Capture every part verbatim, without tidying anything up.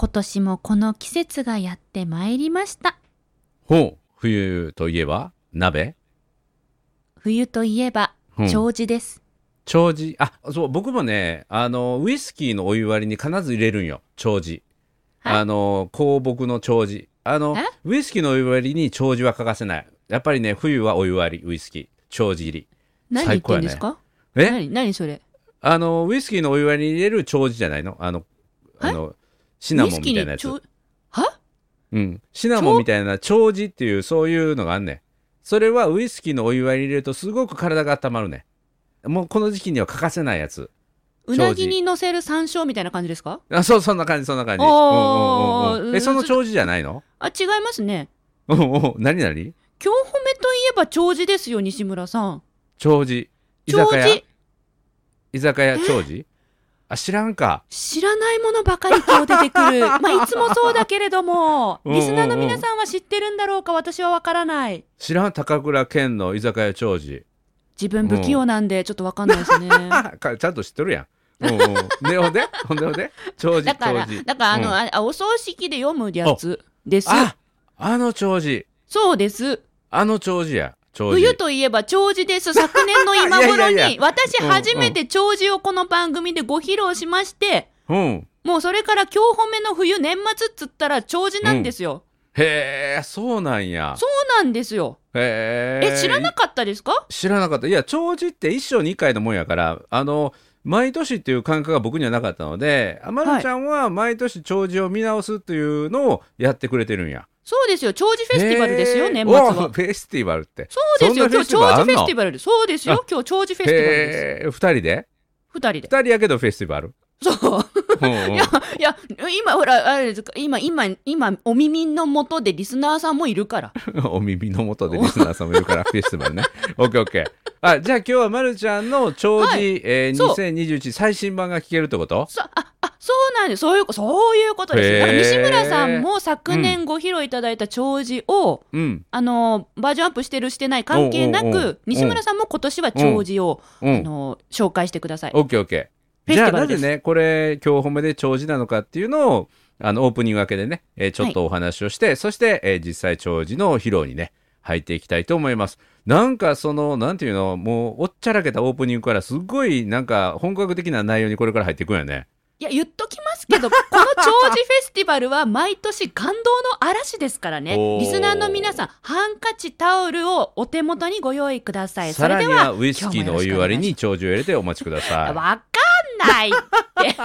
今年もこの季節がやってまいりました。 ほう、冬といえば鍋？ 冬といえば長寿です。 長寿、あ、そう、僕もね、あのウイスキーのお湯割りに必ず入れるんよ、長寿。あの香木の長寿、あのウイスキーのお湯割りに長寿は欠かせない。やっぱりね、冬はお湯割りウイスキー長寿入り。 何言ってんですか？ え？ 何何それ？ あのウイスキーのお湯割りに入れる長寿じゃないの？あのあのシナモンみたいなやつ。 は？ うん、シナモンみたいな長寿っていうそういうのがあんねん。それはウイスキーのお湯割りに入れるとすごく体が温まるね。もうこの時期には欠かせないやつ。 うなぎに乗せる山椒みたいな感じですか？ あ、そう、そんな感じ、そんな感じ。うんうんうんうん、え、その長寿じゃないの？あ、 違いますね。 おお、何何？今日褒めといえば長寿ですよ、西村さん。 長寿。居酒屋？居酒屋長寿？あ、知らんか。 知らないものばかり今日出てくる。まあいつもそうだけれども、リスナーの皆さんは知ってるんだろうか、私はわからない。 知らん。高倉健の居酒屋長寿。 自分不器用なんでちょっとわかんないですね。 ちゃんと知ってるやん。うんうん、でほんでほんでほんで長寿。 だからだからあの、うん、あお葬式で読むやつです。 あ、あの長寿。 そうです。 あの長寿や。 冬といえば長寿です。昨年の今頃にいやいやいや、私初めて長寿をこの番組でご披露しまして、うん、もうそれから今日褒めの冬年末っつったら長寿なんですよ。 うん、へえ、そうなんや。 そうなんですよ。 へえ、知らなかったですか？ 知らなかった。いや、長寿って一生に一回のもんやから、あの毎年っていう感覚が僕にはなかったので、あまるちゃんは毎年長寿を見直すっていうのをやってくれてるんや。 そうですよ、長寿フェスティバルですよ、年末は。 フェスティバルって。 そうですよ、今日長寿フェスティバルです。そうですよ、今日長寿フェスティバルです。 ふたりでふたりで。 ふたりやけどフェスティバル。 そう。いや、いや、今ほら、あれですか、今、今、今、お耳の元でリスナーさんもいるから。 お耳の元でリスナーさんもいるから、フェスティバルね。オッケーオッケー。あ、じゃあ今日はまるちゃんの長寿、はい、えー、にせんにじゅういち最新版が聞けるってこと？ そああそうなんです。そういう、そういうことです。だから西村さんも昨年ご披露いただいた長寿を、うん、あのバージョンアップしてるしてない関係なく、おうおうおう、西村さんも今年は長寿を、あの紹介してください。 オッケーオッケー。じゃあなぜねこれ今日褒めで長寿なのかっていうのをあのオープニング明けでね、えー、ちょっとお話をして、はい、そして、えー、実際長寿の披露にね入っていきたいと思います。なんかそのなんていうの、もうおっちゃらけたオープニングからすごいなんか本格的な内容にこれから入っていくんやね。 いや言っときますけどこの長寿フェスティバルは毎年感動の嵐ですからね。リスナーの皆さんハンカチタオルをお手元にご用意ください。 さらにはウイスキーのお湯割りに長寿を入れてお待ちください。 わかんないって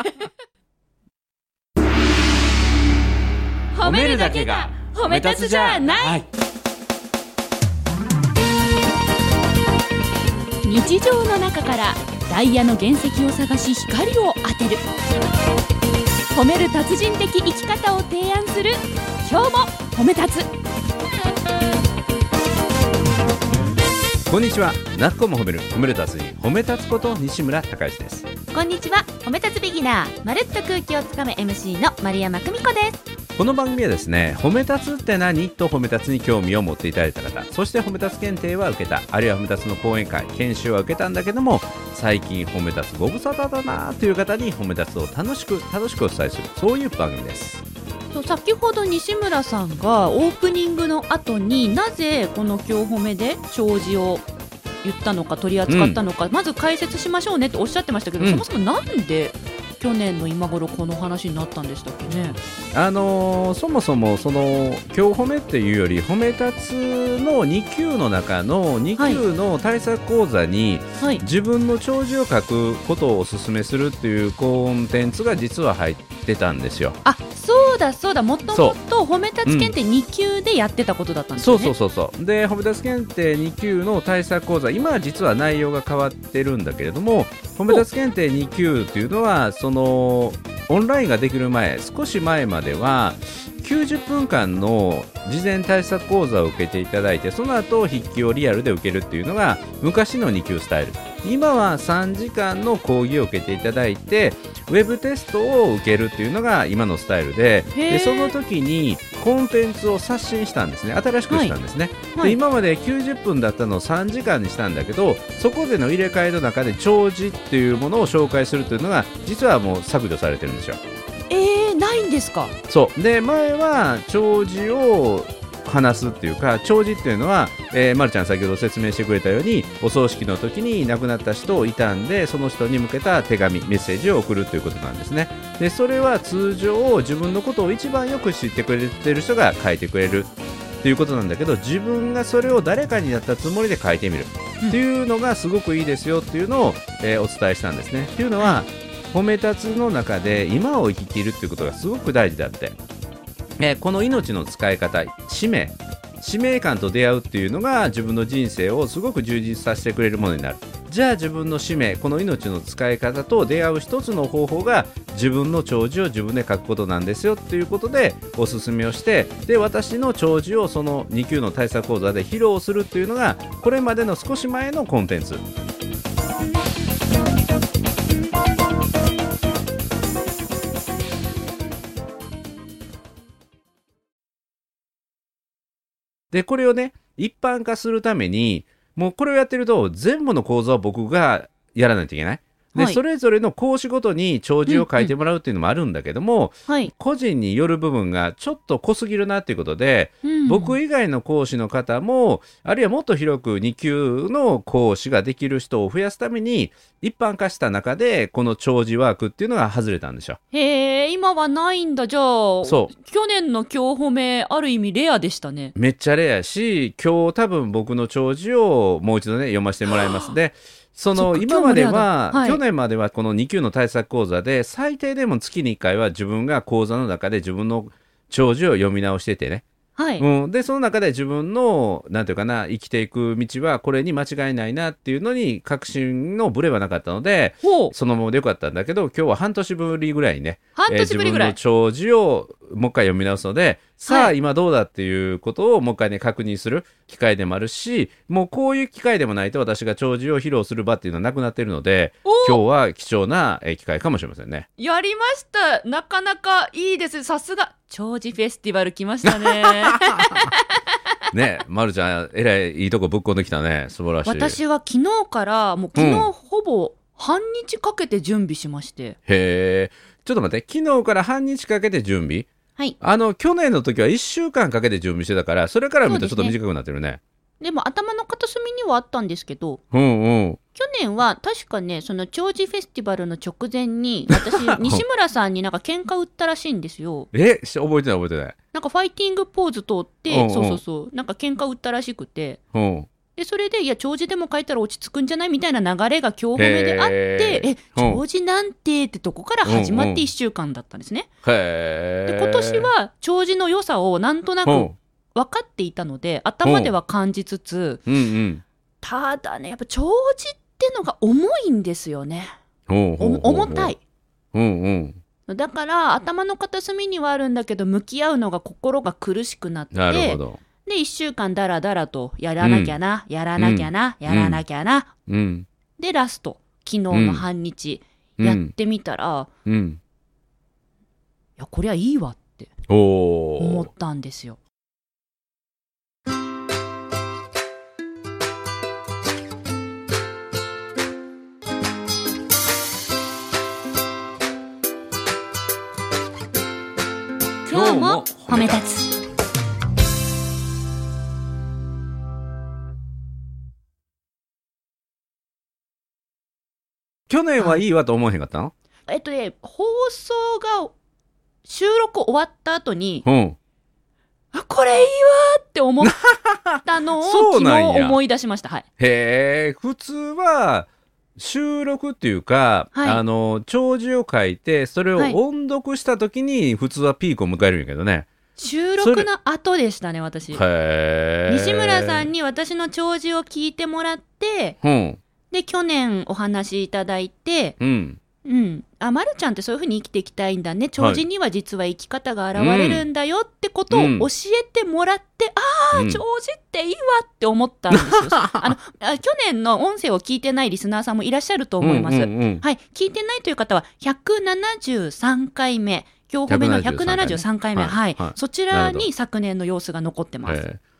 褒めるだけが褒め立つじゃない、はい、日常の中からダイヤの原石を探し光を当てる褒める達人的生き方を提案する今日も褒め立つ。 こんにちは。なっこも褒める褒める達人褒め立つこと西村孝之です。 こんにちは。褒め立つビギナーまるっと空気をつかむ エムシー の丸山久美子です。 この番組はですね、褒め立つって何と褒め立つに興味を持っていただいた方、そして褒め立つ検定は受けた、あるいは褒め立つの講演会研修は受けたんだけども最近褒め立つご無沙汰だなという方に褒め立つを楽しく楽しくお伝えする、そういう番組です。 そう、先ほど西村さんがオープニングの後になぜこの今日褒めで長寿を言ったのか取り扱ったのか、うん、まず解説しましょうねっておっしゃってましたけど、うん、そもそもなんで去年の今頃この話になったんでしたっけね。 あのー、そもそもその今日褒めっていうより褒め立つのに級の中のに級の対策講座に、はい、自分の長寿を書くことをお勧めするっていうコンテンツが実は入ってたんですよ。 あ、そうだそうだ、もともと褒め立つ検定に級でやってたことだったんですよね、 うん、そうそうそうそう。で褒め立つ検定に級の対策講座、今は実は内容が変わってるんだけれども、褒め立つ検定に級っていうのはそのオンラインができる前、少し前まではきゅうじゅっぷんかんの事前対策講座を受けていただいて、その後筆記をリアルで受けるっていうのが昔のに級スタイル。今はさんじかんの講義を受けていただいてウェブテストを受けるっていうのが今のスタイル で, でその時にコンテンツを刷新したんですね。新しくしたんですね、はいはい、で今まできゅうじゅっぷんだったのをさんじかんにしたんだけど、そこでの入れ替えの中で長寿っていうものを紹介するというのが実はもう削除されてるんですよ。 えー、ないんでですか。 そうで前は弔辞を話すっていうか、弔辞っていうのは、えー、まるちゃん先ほど説明してくれたように、お葬式の時に亡くなった人を悼んでその人に向けた手紙メッセージを送るということなんですね。でそれは通常自分のことを一番よく知ってくれてる人が書いてくれるっていうことなんだけど、自分がそれを誰かになったつもりで書いてみるっていうのがすごくいいですよっていうのを、えー、お伝えしたんですね。っていうのは、褒め立つの中で今を生き切るっていうことがすごく大事であって、えー、この命の使い方、使命使命感と出会うっていうのが自分の人生をすごく充実させてくれるものになる。じゃあ自分の使命、この命の使い方と出会う一つの方法が自分の弔辞を自分で書くことなんですよっていうことでおすすめをして、で私の弔辞をそのに級の対策講座で披露するっていうのがこれまでの少し前のコンテンツで、これをね一般化するためにもうこれをやってると全部の講座を僕がやらないといけない。で、はい、それぞれの講師ごとに弔辞を書いてもらうっていうのもあるんだけども、うんうん、個人による部分がちょっと濃すぎるなっていうことで、うん、僕以外の講師の方もあるいはもっと広くに級の講師ができる人を増やすために一般化した中でこの弔辞ワークっていうのが外れたんでしょ。 へー、今はないんだ。じゃあそう去年の今日褒めある意味レアでしたね。 めっちゃレアし、今日多分僕の弔辞をもう一度ね読ませてもらいますでその今までは、はい、去年まではこのに級の対策講座で最低でも月にいっかいは自分が講座の中で自分の弔辞を読み直しててね、はいうん、でその中で自分のなんていうかな生きていく道はこれに間違いないなっていうのに確信のブレはなかったのでそのままでよかったんだけど、今日は半年ぶりぐらいにね半年ぶりぐらい、 えー、自分の弔辞をもう一回読み直すので、さあ、はい、今どうだっていうことをもう一回ね確認する機会でもあるし、もうこういう機会でもないと私が弔辞を披露する場っていうのはなくなっているので、今日は貴重な機会かもしれませんね。 やりました。なかなかいいです。さすが弔辞フェスティバル来ましたねね、まるちゃんえらいいいとこぶっこんできたね。素晴らしい。 私は昨日からもう昨日ほぼ半日かけて準備しまして、うん、 へー、ちょっと待って、昨日から半日かけて準備、はい、あの去年の時はいっしゅうかんかけて準備してたから、それから見るとちょっと短くなってるね。 でも頭の片隅にはあったんですけど、 うんうん、 去年は確かねその弔辞フェスティバルの直前に私西村さんになんか喧嘩売ったらしいんですよ。 え覚えてない覚えてない。なんかファイティングポーズ通って、うんうん、そうそうそうなんか喧嘩売ったらしくて、うん、でそれでいや弔辞でも書いたら落ち着くんじゃないみたいな流れが今日褒めであって、え弔辞なんてってとこから始まっていっしゅうかんだったんですね、うんうん、へで今年は弔辞の良さをなんとなく分かっていたので頭では感じつつ、うんうん、ただねやっぱ弔辞ってのが重いんですよね。重たい、うんうん、だから頭の片隅にはあるんだけど向き合うのが心が苦しくなって、なるほど。でいっしゅうかんだらだらとやらなきゃな、うん、やらなきゃな、うん、やらなきゃな、うん、でラスト昨日の半日やってみたら、うんうん、いやこりゃいいわって思ったんですよ。今日も褒め立つ。 去年はいいわと思わへんかったの？ えっとね放送が収録終わった後に、うん、あこれいいわって思ったのを昨日思い出しました。はい、 へえ、普通は収録っていうか、はい、あの弔辞を書いてそれを音読した時に普通はピークを迎えるんやけどね、はい、 収録の後でしたね。私へ西村さんに私の弔辞を聞いてもらって、うん、で去年お話しいただいて、うんうん、あまるちゃんってそういう風に生きていきたいんだね、弔辞には実は生き方が現れるんだよってことを教えてもらって、うん、ああ弔辞っていいわって思ったんですよあのあ去年の音声を聞いてないリスナーさんもいらっしゃると思います、うんうんうん、はい、聞いてないという方はひゃくななじゅうさんかいめ今日褒めのひゃくななじゅうさんかいめ、はいはいはい、そちらに昨年の様子が残ってます。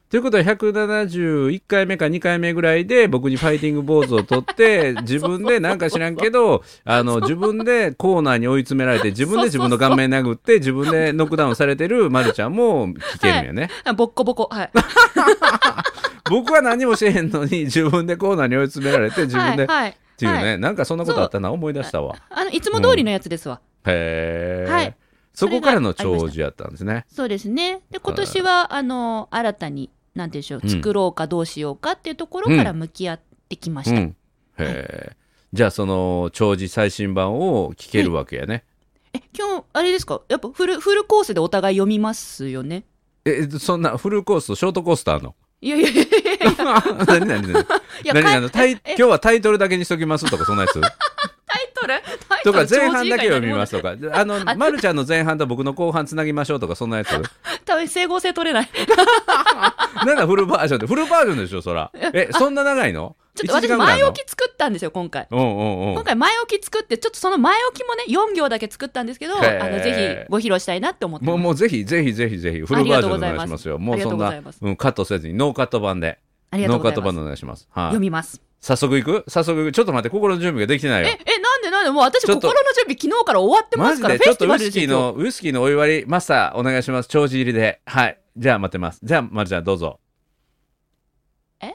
ということはひゃくななじゅういっかいめかにかいめぐらいで僕にファイティング坊主を取って自分でなんか知らんけどあの自分でコーナーに追い詰められて自分で自分の顔面殴って自分でノックダウンされてるまるちゃんも聞けるんよね、 はい、ボッコボコ、はい、 僕は何もしへんのに自分でコーナーに追い詰められて自分で、はいはい、っていうね、はい、なんかそんなことあったな思い出したわ。 あのいつも通りのやつですわ、 うん、へー、はい、そこからの弔辞やったんですね。 そうですね。で今年はあの新たになんていうんでしょう、作ろうかどうしようかっていうところから向き合ってきました、うんうん、 へー、じゃあその弔辞最新版を聞けるわけやね。 え今日あれですか、やっぱフルフルコースでお互い読みますよね。 えそんなフルコースとショートコースとあるの？ いやいやいやいや何何何何何タイ今日はタイトルだけにしときますとかそんなやつタイトルタイトルとか前半だけ読みますとかあのまるちゃんの前半と僕の後半つなぎましょうとかそんなやつ多分整合性取れないなんだフルバージョンでフルバージョンでしょそら。えそんな長いの？ ちょっと私前置き作ったんですよ今回。おうおうおう今回前置き作ってちょっとその前置きもねよん行だけ作ったんですけど、あのぜひご披露したいなって思ってます。もう、 もうぜひぜひぜひぜひフルバージョンお願いしますよ。もうそんな、うん、カットせずにノーカット版でノーカット版でお願いします、はあ、 読みます。 早速いく早速いくちょっと待って心の準備ができてないよ。 ええなんでなんでもう私心の準備昨日から終わってますから。 マジでちょっとウイスキーのウイスキーのお湯割りマスターお願いします。帳尻入りで。はい、じゃあ待ってます。じゃあまるちゃんどうぞ。 え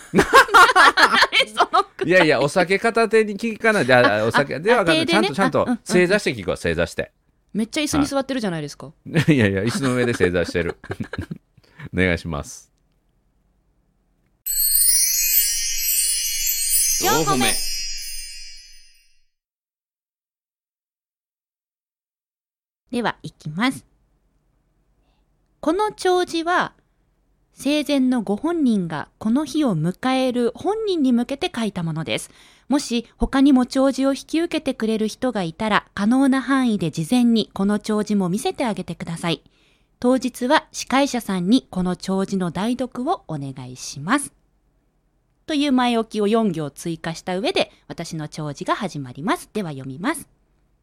いやいやお酒片手に聞かないで、あお酒では分かんない、ね、ちゃんとちゃんと正座して聞こう。正座してめっちゃ椅子に座ってるじゃないですか。 いやいや椅子の上で正座してるお願いします。よんほめ。 ではいきます。この弔辞は生前のご本人がこの日を迎える本人に向けて書いたものです。もし他にも弔辞を引き受けてくれる人がいたら可能な範囲で事前にこの弔辞も見せてあげてください。当日は司会者さんにこの弔辞の代読をお願いします。という前置きをよん行追加した上で私の弔辞が始まります。では読みます。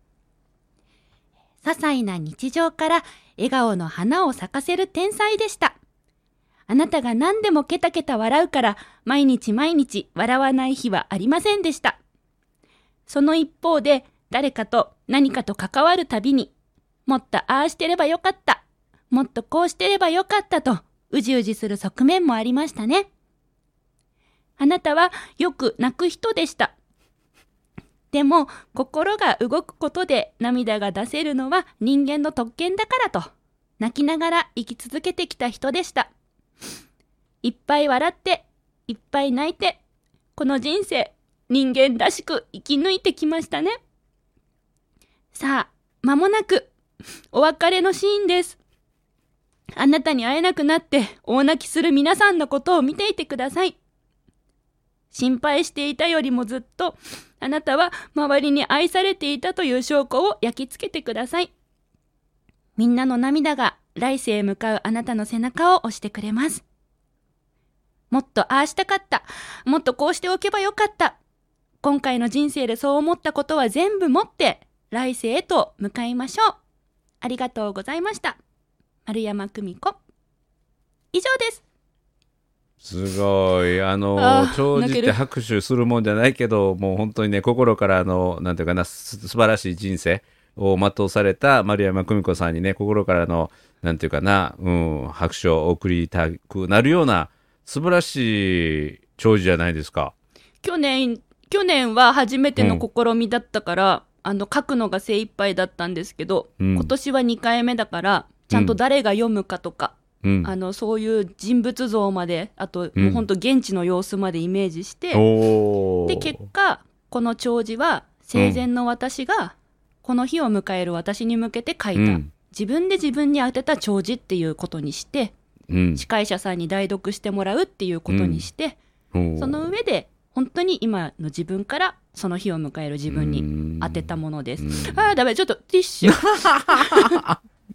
些細な日常から笑顔の花を咲かせる天才でした。あなたが何でもケタケタ笑うから毎日毎日笑わない日はありませんでした。その一方で誰かと何かと関わるたびにもっとああしてればよかった、もっとこうしてればよかったとうじうじする側面もありましたね。あなたはよく泣く人でした。でも心が動くことで涙が出せるのは人間の特権だからと泣きながら生き続けてきた人でした。いっぱい笑っていっぱい泣いてこの人生人間らしく生き抜いてきましたね。さあ間もなくお別れのシーンです。あなたに会えなくなって大泣きする皆さんのことを見ていてください。心配していたよりもずっとあなたは周りに愛されていたという証拠を焼き付けてください。みんなの涙が来世へ向かうあなたの背中を押してくれます。もっとああしたかった、もっとこうしておけばよかった、今回の人生でそう思ったことは全部持って来世へと向かいましょう。ありがとうございました。丸山久美子。以上です。 すごいあの弔辞って拍手するもんじゃないけどもう本当にね心からあのなんていうかなす素晴らしい人生を全うされた丸山久美子さんにね心からのなんていうかな、うん、拍手を送りたくなるような素晴らしい弔辞じゃないですか。 去年去年は初めての試みだったから、うん、あの書くのが精一杯だったんですけど、うん、今年はにかいめだからちゃんと誰が読むかとか、うん、あのそういう人物像まであと、うん、もう本当現地の様子までイメージして、うん、で結果この弔辞は生前の私がこの日を迎える私に向けて書いた、うん、自分で自分に当てた弔辞っていうことにして、うん、司会者さんに代読してもらうっていうことにして、うん、その上で本当に今の自分からその日を迎える自分に当てたものです。うん、あーダメちょっとティッシュ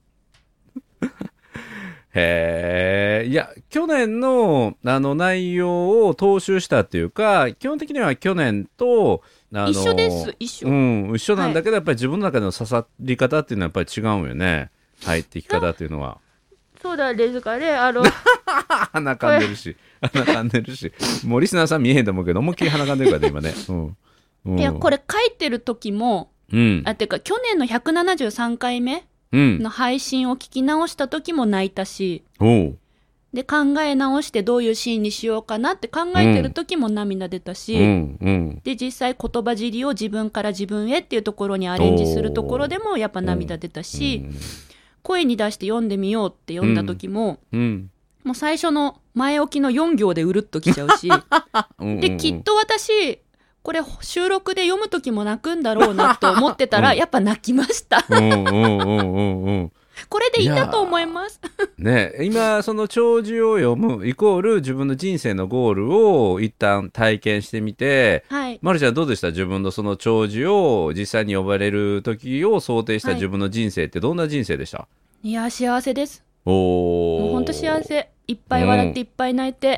へえ。いや去年のあの内容を踏襲したっていうか基本的には去年とあの一緒です一緒、 うん、一緒なんだけど、はい、やっぱり自分の中での刺さり方っていうのはやっぱり違うんよね。入っていき方っていうのはそうなんですかね。あの鼻かんでるし鼻かんでるし、もうリスナーさん見えへんと思うけど思いっきり鼻かんでるからね今ね、うんうん、 いやこれ書いてる時も、 うん、 あてか去年のひゃくななじゅうさんかいめうんの配信を聞き直した時も泣いたし、 おうで考え直してどういうシーンにしようかなって考えてる時も涙出たし、 うんうん、 で実際言葉尻を自分から自分へっていうところにアレンジするところでもやっぱ涙出たし、 うん、 声に出して読んでみようって読んだ時も、 うん、 もう最初の前置きのよん行でうるっときちゃうしできっと私これ収録で読む時も泣くんだろうなと思ってたら、うん、やっぱ泣きましたうんうんうんうんうんこれでいいんだと思いますね、今その弔辞を読むイコール自分の人生のゴールを一旦体験してみて、 はい、 まるちゃんどうでした？自分のその弔辞を実際に呼ばれる時を想定した自分の人生ってどんな人生でした？はい、 いや幸せです。 おもうほんと幸せ。いっぱい笑っていっぱい泣いて、 うん、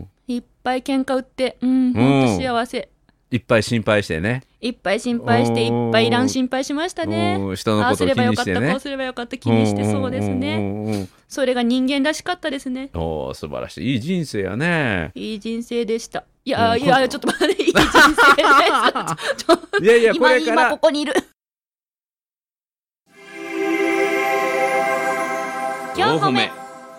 いっぱい喧嘩売って、うんほんと幸せ。 いっぱい心配してね、 いっぱい心配していっぱいいらん心配しましたね。 人のことを気にしてね、 ああすればよかったこうすればよかった気にして、そうですね。それが人間らしかったですね。 お素晴らしい、いい人生やね。 いい人生でした。いやいやちょっと待って、いい人生ですいやいやこれから今今ここにいるよんほめ。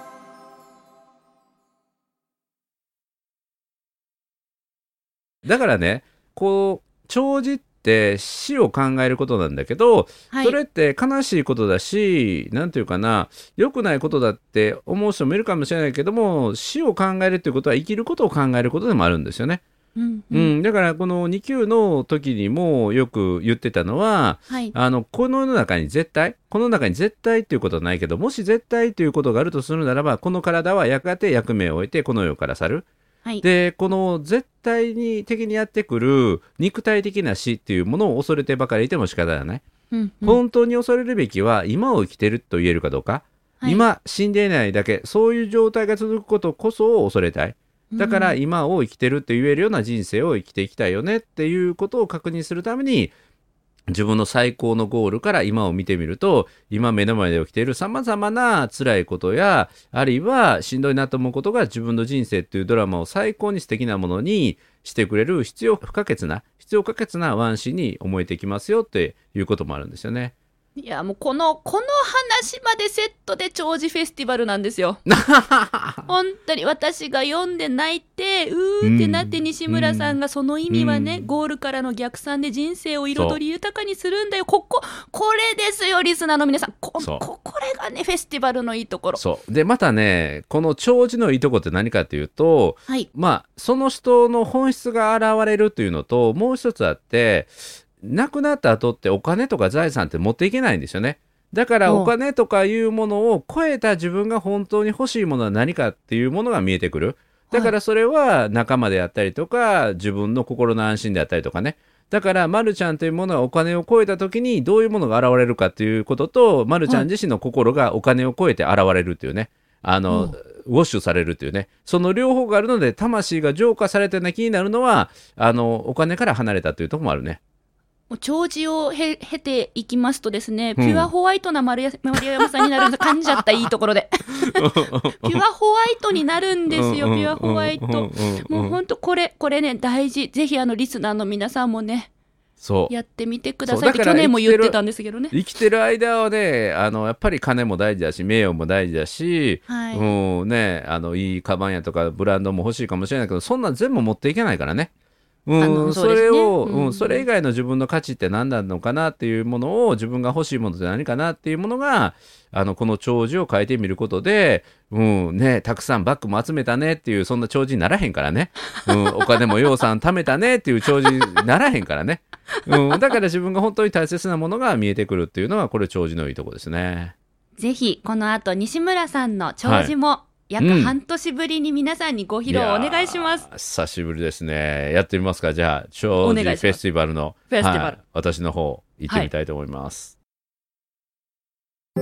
だからね、こう弔辞って死を考えることなんだけど、はい、それって悲しいことだし、なんていうかな、良くないことだって思う人もいるかもしれないけども、死を考えるっていうことは生きることを考えることでもあるんですよね。うんうんうん、だからこのに級の時にもよく言ってたのは、はい、あのこの世の中に絶対この中に絶対っていうことはないけど、もし絶対ということがあるとするならば、この体はやがて役目を終えてこの世から去る、はい、でこの絶対に的にやってくる肉体的な死っていうものを恐れてばかりいても仕方がない、うんうん、本当に恐れるべきは今を生きてると言えるかどうか、はい、今死んでいないだけ、そういう状態が続くことこそを恐れたい。だから今を生きてるって言えるような人生を生きていきたいよねっていうことを確認するために、自分の最高のゴールから今を見てみると、今目の前で起きているさまざまな辛いことや、あるいはしんどいなと思うことが自分の人生っていうドラマを最高に素敵なものにしてくれる必要不可欠な必要不可欠なワンシーンに思えてきますよっていうこともあるんですよね。 いやもうこのこの話までセットで弔辞フェスティバルなんですよ本当に私が読んで泣いてうーってなって、西村さんがその意味はね、ゴールからの逆算で人生を彩り豊かにするんだよ、こここれですよリスナーの皆さん、 こ, こ, これがねフェスティバルのいいところ。 そうでまたね、この弔辞のいいところって何かというと、はい、まあその人の本質が現れるというのと、もう一つあって、亡くなった後ってお金とか財産って持っていけないんですよね。だからお金とかいうものを超えた自分が本当に欲しいものは何かっていうものが見えてくる。だからそれは仲間であったりとか、自分の心の安心であったりとかね。だからまるちゃんというものがお金を超えた時にどういうものが現れるかっていうことと、まるちゃん自身の心がお金を超えて現れるっていうね、あのウォッシュされるっていうね、その両方があるので、魂が浄化されてな気になるのは、あのお金から離れたというところもあるね。 弔辞を経ていきますとですね、ピュアホワイトな丸山さんになるんです。感じちゃった、いいところでピュアホワイトになるんですよ、ピュアホワイト。もうほんとこれこれね大事。ぜひあのリスナーの皆さんもね、そうやってみてくださいって去年も言ってたんですけどね。 生きてる間はね、あのやっぱり金も大事だし、名誉も大事だし、はい、うんね、あのいいカバンやとかブランドも欲しいかもしれないけど、そんなん全部持っていけないからね。うん、それを、うんうん、それ以外の自分の価値って何なのかなっていうものを、自分が欲しいものって何かなっていうものが、あのこの弔辞を書いてみることで、うんね、たくさんバッグも集めたねっていう、そんな弔辞にならへんからね、うん、お金も予算貯めたねっていう弔辞にならへんからね、うん、だから自分が本当に大切なものが見えてくるっていうのが、これ弔辞のいいとこですね。 ぜひこの後西村さんの弔辞も、はい、約半年ぶりに皆さんにご披露お願いします。 うん、久しぶりですね。やってみますか。じゃあ弔辞フェスティバルのフェスティバル、はい、 私の方行ってみたいと思います。 はい、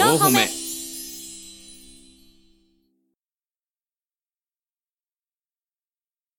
よんほめ。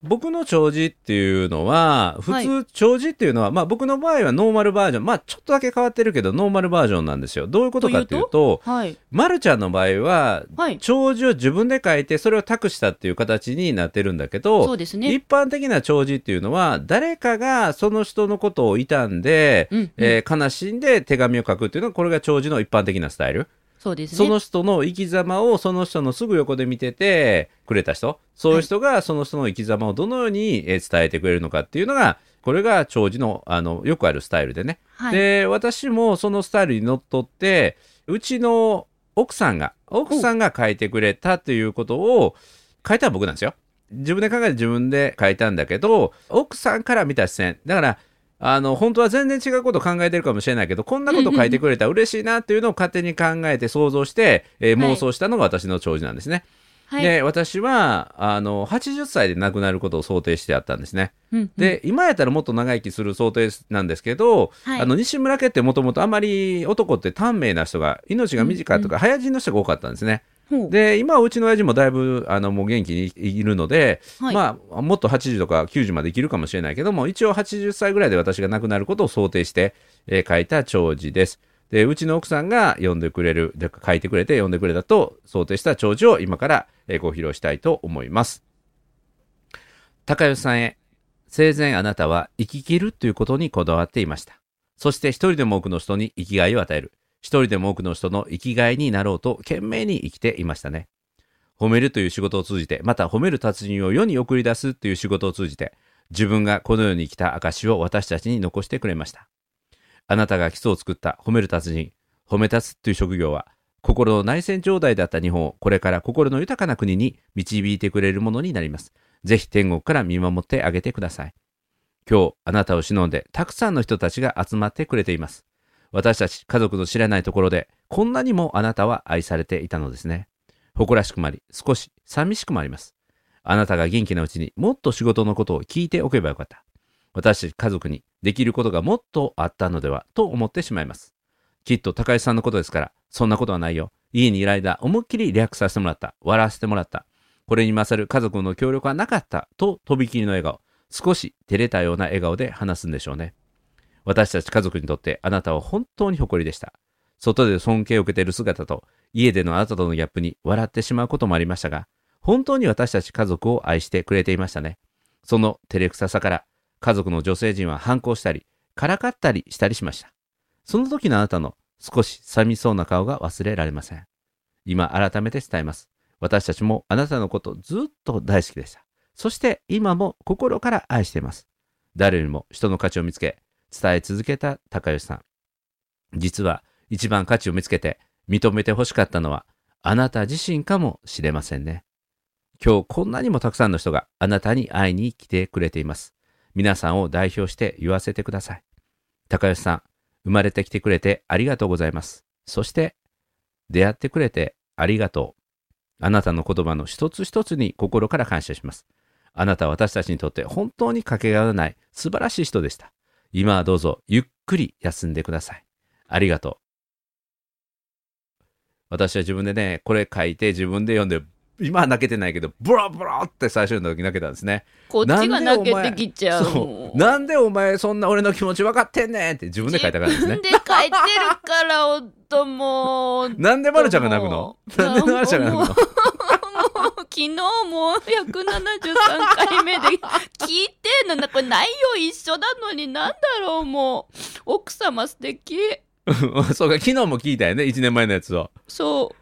僕の弔辞っていうのは普通、はい、弔辞っていうのは、まあ、僕の場合はノーマルバージョン、まあ、ちょっとだけ変わってるけどノーマルバージョンなんですよ。どういうことかっていうと、はい、まるちゃんの場合は、はい、弔辞を自分で書いてそれを託したっていう形になってるんだけど、 そうですね、 一般的な弔辞っていうのは誰かがその人のことを悼んで、うんうん、えー、悲しんで手紙を書くっていうのはこれが弔辞の一般的なスタイル。 そうですね、 その人の生き様をその人のすぐ横で見ててくれた人、そういう人がその人の生き様をどのように伝えてくれるのかっていうのが、これが弔辞の、あのよくあるスタイルでね、はい、で私もそのスタイルにのっとって、うちの奥さんが奥さんが書いてくれたということを、書いたのは僕なんですよ。自分で考えて自分で書いたんだけど、奥さんから見た視線だから、あの本当は全然違うことを考えてるかもしれないけど、こんなこと書いてくれたら嬉しいなっていうのを勝手に考えて想像して、えー、妄想したのが私の弔辞なんですね、はい、で私はあのはちじゅっさいで亡くなることを想定してあったんですね、うんうん、で今やったらもっと長生きする想定なんですけど、はい、あの西村家ってもともとあまり男って短命な人が、命が短いとか、うんうん、早死の人が多かったんですね。で今はうちの親父もだいぶあのもう元気にいるので、はい、まあ、もっとはちじゅうとかきゅうじゅうまで生きるかもしれないけども、一応はちじゅっさいぐらいで私が亡くなることを想定して、えー、書いた弔辞です。でうちの奥さんが読んでくれる、で書いてくれて読んでくれたと想定した弔辞を今から、えー、ご披露したいと思います。高吉さんへ。生前あなたは生き切るということにこだわっていました。そして一人でも多くの人に生きがいを与える、一人でも多くの人の生きがいになろうと懸命に生きていましたね。褒めるという仕事を通じて、また褒める達人を世に送り出すという仕事を通じて、自分がこの世に生きた証を私たちに残してくれました。あなたが基礎を作った褒める達人、褒め立つという職業は、心の内戦状態だった日本をこれから心の豊かな国に導いてくれるものになります。ぜひ天国から見守ってあげてください。今日あなたを忍んでたくさんの人たちが集まってくれています。私たち家族の知らないところでこんなにもあなたは愛されていたのですね。誇らしくもあり、少し寂しくもあります。あなたが元気なうちにもっと仕事のことを聞いておけばよかった。私たち家族にできることがもっとあったのではと思ってしまいます。きっと高橋さんのことですから、そんなことはないよ。家にいる間思いっきりリラックスさせてもらった。笑わせてもらった。これに勝る家族の協力はなかったととびきりの笑顔。少し照れたような笑顔で話すんでしょうね。私たち家族にとってあなたは本当に誇りでした。外で尊敬を受けている姿と家でのあなたとのギャップに笑ってしまうこともありましたが、本当に私たち家族を愛してくれていましたね。その照れくささから家族の女性陣は反抗したりからかったりしたりしました。その時のあなたの少し寂しそうな顔が忘れられません。今改めて伝えます。私たちもあなたのことずっと大好きでした。そして今も心から愛しています。誰よりも人の価値を見つけ伝え続けた高吉さん。実は一番価値を見つけて認めてほしかったのはあなた自身かもしれませんね。今日こんなにもたくさんの人があなたに会いに来てくれています。皆さんを代表して言わせてください。高吉さん、生まれてきてくれてありがとうございます。そして出会ってくれてありがとう。あなたの言葉の一つ一つに心から感謝します。あなたは私たちにとって本当にかけがえのない素晴らしい人でした。今はどうぞゆっくり休んでください。ありがとう。私は自分でね、これ書いて自分で読んで、今は泣けてないけど、ブラブラって最初の時泣けたんですね。 こっちが泣けてきちゃう。 そう。なんでお前そんな俺の気持ち分かってんねんって自分で書いたからですね。 自分で書いてるから夫も。 なんでまるちゃんが泣くの？なんでまるちゃんが泣くの？ 昨日もひゃくななじゅうさんかいめで聞いてんのな、これ内容一緒なのになんだろう、もう奥様素敵。 そうか、昨日も聞いたよね、いちねんまえのやつを。 そう。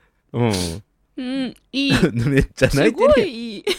うんうん、いい。 めっちゃ泣いてる。 すごいいい。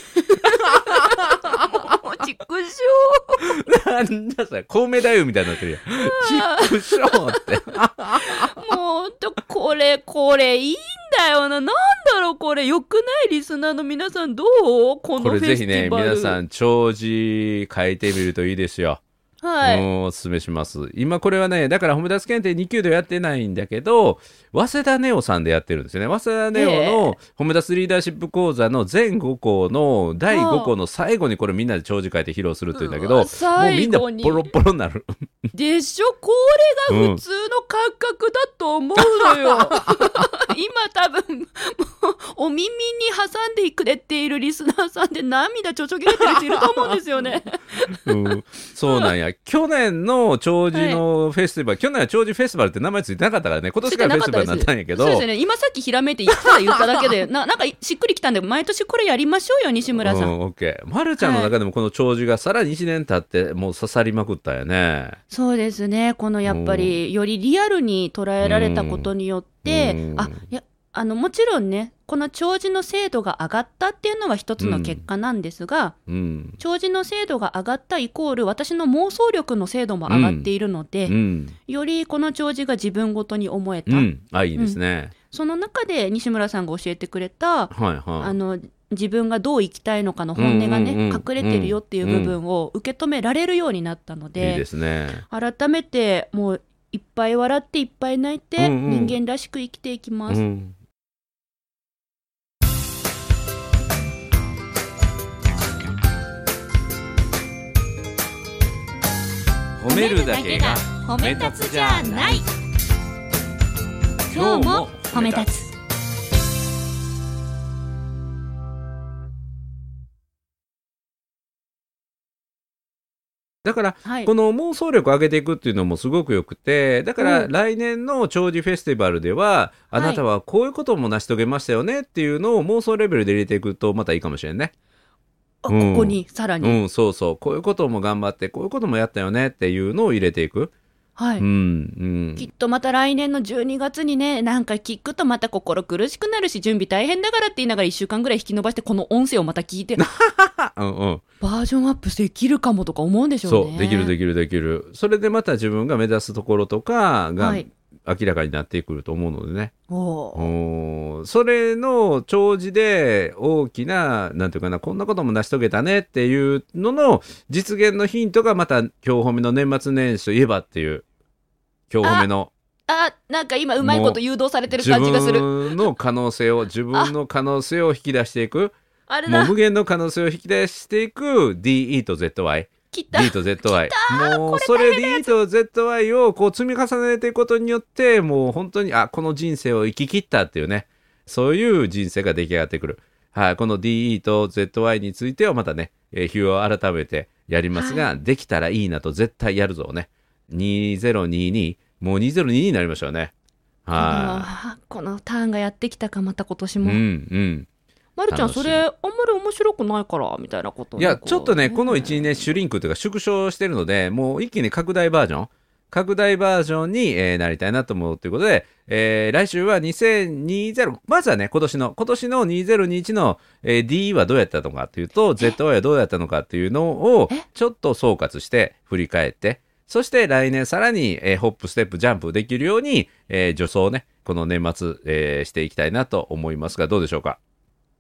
もうちくしょう。 なんだそれ、コウメ太夫みたいになってるやん。ちくしょうって。 もうとこれこれいいんだよな。なんだろうこれ、よくないリスナーの皆さんどう？このフェスティバル。 これぜひね、皆さん弔辞書いてみるといいですよ。 はい、 おすすめします。今これはね、だから褒め立つ検定に級ではやってないんだけど、早稲田ネオさんでやってるんですよね。早稲田ネオの褒め立つリーダーシップ講座の全ご校のだいご校の最後にこれみんなで弔辞書いて披露するっていうんだけど、もうみんなポロポロになる。 でしょ、これが普通の感覚だと思うのよ。うん、今多分お土産耳に挟んでくれているリスナーさんで涙ちょちょぎれてる人いると思うんですよね、 うん、そうなんや。去年の長寿のフェスティバル、はい、去年は長寿フェスティバルって名前ついてなかったからね、今年からフェスティバルになったんやけど、 そうですよね、今さっきひらめいて言った言っただけでな, なんかしっくりきたんで、毎年これやりましょうよ西村さん、うん、 オッケー。まるちゃんの中でもこの長寿がさらにいちねん経ってもう刺さりまくったよね。 そうですね、このやっぱりよりリアルに捉えられたことによって、うん、あいやあのもちろんね、この長寿の精度が上がったっていうのは一つの結果なんですが、うん、長寿の精度が上がったイコール私の妄想力の精度も上がっているので、うん、よりこの長寿が自分ごとに思えた、うん、 あいいですね、うん、 その中で西村さんが教えてくれた、はいはい、あの自分がどう生きたいのかの本音がね、うんうんうん、隠れてるよっていう部分を受け止められるようになったので、 いいですね。 改めてもういっぱい笑っていっぱい泣いて、うんうん、人間らしく生きていきます、うん、 褒めるだけが褒め立つじゃない。 今日も褒め立つ。 だから、はい、この妄想力を上げていくっていうのもすごくよくて、だから来年の長寿フェスティバルでは、うん、あなたはこういうことも成し遂げましたよねっていうのを妄想レベルで入れていくとまたいいかもしれんね。 あ、うん、ここにさらに、 うん、そうそう、こういうことも頑張ってこういうこともやったよねっていうのを入れていく。 はい、うんうん、きっとまた来年のじゅうにがつにね、なんか聞くとまた心苦しくなるし、準備大変だからって言いながらいっしゅうかんぐらい引き延ばしてこの音声をまた聞いてうん、うん、バージョンアップできるかもとか思うんでしょうね。 そう、できるできるできる。それでまた自分が目指すところとかが明らかになってくると思うのでね、はい、おそれの長寿で大きななんていうかな、こんなことも成し遂げたねっていうのの実現のヒントがまた今日褒めの年末年始といえばっていう今日褒めのああ、なんか今うまいこと誘導されてる感じがする。 自分の可能性を自分の可能性を引き出していく、あれだ、もう無限の可能性を引き出していく ディーイー と ゼットワイ、 ディーと ゼットワイ、 もうそれ ディーイー と ゼットワイ をこう積み重ねていくことによって、もう本当にあこの人生を生き切ったっていうね、そういう人生が出来上がってくる。はい、この ディーイー と ゼットワイ についてはまたね、えー、日を改めてやりますが、はい、できたらいいなと絶対やるぞね。にせんにじゅうに、もうにせんにじゅうにになりましたよね。 はい、このターンがやってきたか、また今年も。うんうん。まるちゃんそれあんまり面白くないからみたいなこと。 いやちょっとね、このいちにねんシュリンクというか縮小してるので、もう一気に拡大バージョン拡大バージョンに、えー、なりたいなと思うということで、えー、来週はにせんにじゅう、まずはね今年の今年のにせんにじゅういちの、えー、D はどうやったのかというと ゼットワイ はどうやったのかというのをちょっと総括して振り返って、そして来年さらに、えー、ホップステップジャンプできるように、えー、助走をねこの年末、えー、していきたいなと思いますが、どうでしょうか。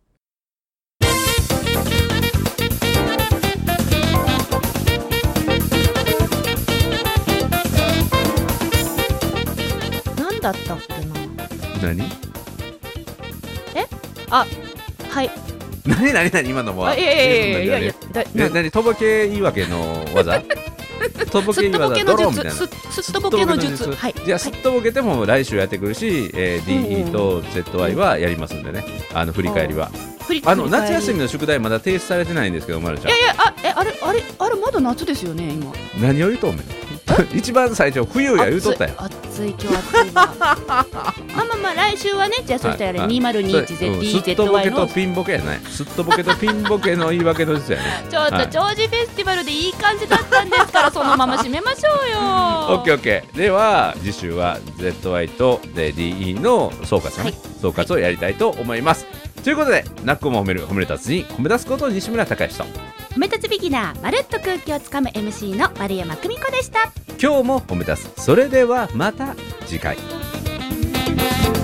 何だったっけな。 何？ え？あ、はい。 何何何今のは。 いやいやいやいやいや。 何何とぼけ言い訳の技？とぼけ言い技ドローンみたいな。 すっとぼけの術。はい。 じゃあすっとぼけても来週やってくるし、えー、ディーイー と ゼットワイ はやりますんでね。あの振り返りは。あの夏休みの宿題まだ提出されてないんですけど、まるちゃん。 いやいや、あえあれあれあれまだ夏ですよね今。 何を言うとんねん。一番最初冬や言うとったよ。 暑い、今日暑いわ。まあまあまあ来週はね、じゃあそしたらにせんにじゅういち ゼットワイ のすっとぼけとピンボケやない。すっとぼけとピンボケの言い訳の術やね。 ちょっと長寿フェスティバルでいい感じだったんですからそのまま締めましょうよ。 オッケーオッケー。では次週は ゼットワイ と ディーイー の総括、ねはい、総括をやりたいと思います、はい、ということでなっこも褒める褒め立つに褒め出すこと西村孝之と褒め立つビギナーまるっと空気をつかむ エムシー の丸山久美子でした。 今日も褒め立つ。それではまた次回。